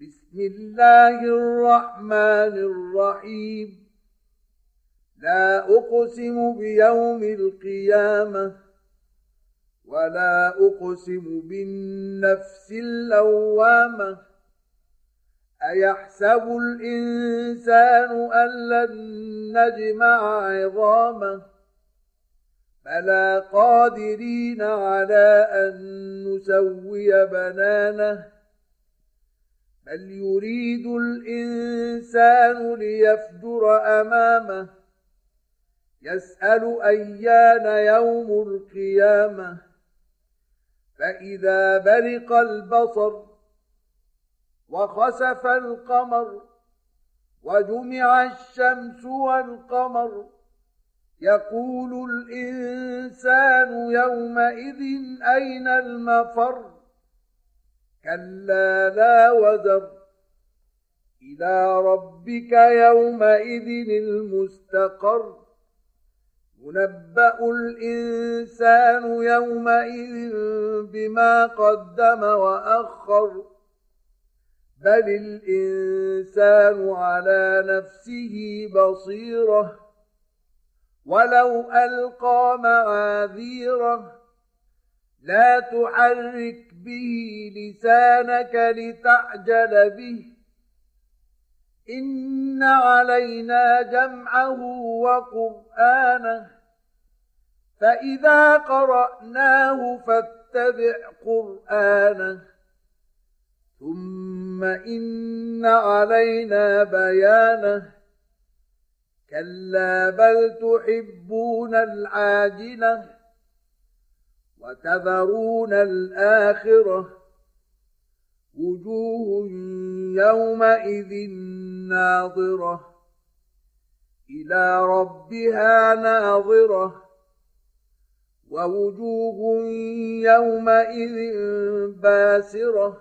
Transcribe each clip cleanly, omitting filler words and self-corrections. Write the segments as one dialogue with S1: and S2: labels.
S1: بسم الله الرحمن الرحيم. لا أقسم بيوم القيامة ولا أقسم بالنفس اللوامة. أيحسب الإنسان أن لن نجمع عظامه بلى قادرين على أن نسوي بنانه بل يريد الإنسان ليفجر أمامه يسأل أيان يوم القيامة فإذا برق البصر وخسف القمر وجمع الشمس والقمر يقول الإنسان يومئذ أين المفر كلا لا وزر إلى ربك يومئذ المستقر ينبأ الإنسان يومئذ بما قدم وأخر بل الإنسان على نفسه بصيرة ولو ألقى معاذيره لا تحرك به لسانك لتعجل به إن علينا جمعه وقرآنه فإذا قرأناه فاتبع قرآنه ثم إن علينا بيانه كلا بل تحبون العاجلة وتذرون الآخرة وجوه يومئذ ناظرة إلى ربها ناظرة ووجوه يومئذ باسرة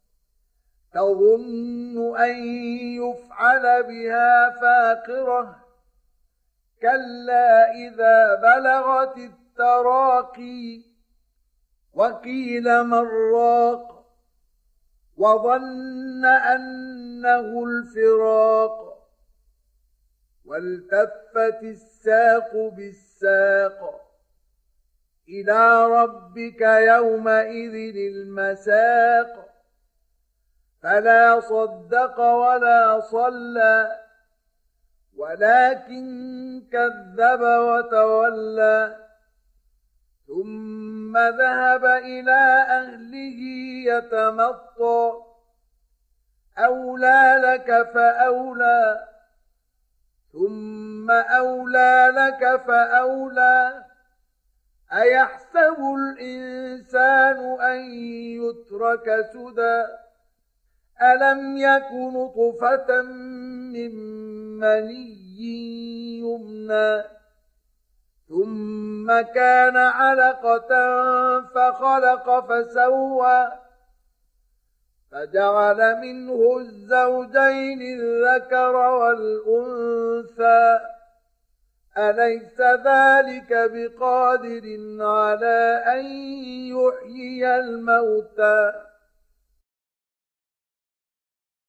S1: تظن أن يفعل بها فاقرة كلا إذا بلغت التراقي وقيل من راق وظن أنه الفراق والتفت الساق بالساق إلى ربك يومئذ المساق فلا صدق ولا صلى ولكن كذب وتولى ثم ذهب إلى أهله يتمطى أولى لك فأولى ثم أولى لك فأولى أيحسب الإنسان أن يترك سدى ألم يك نطفة من مني يمنى ثم كان علقة فخلق فسوى فجعل منه الزوجين الذكر والأنثى أليس ذلك بقادر على أن يحيي الموتى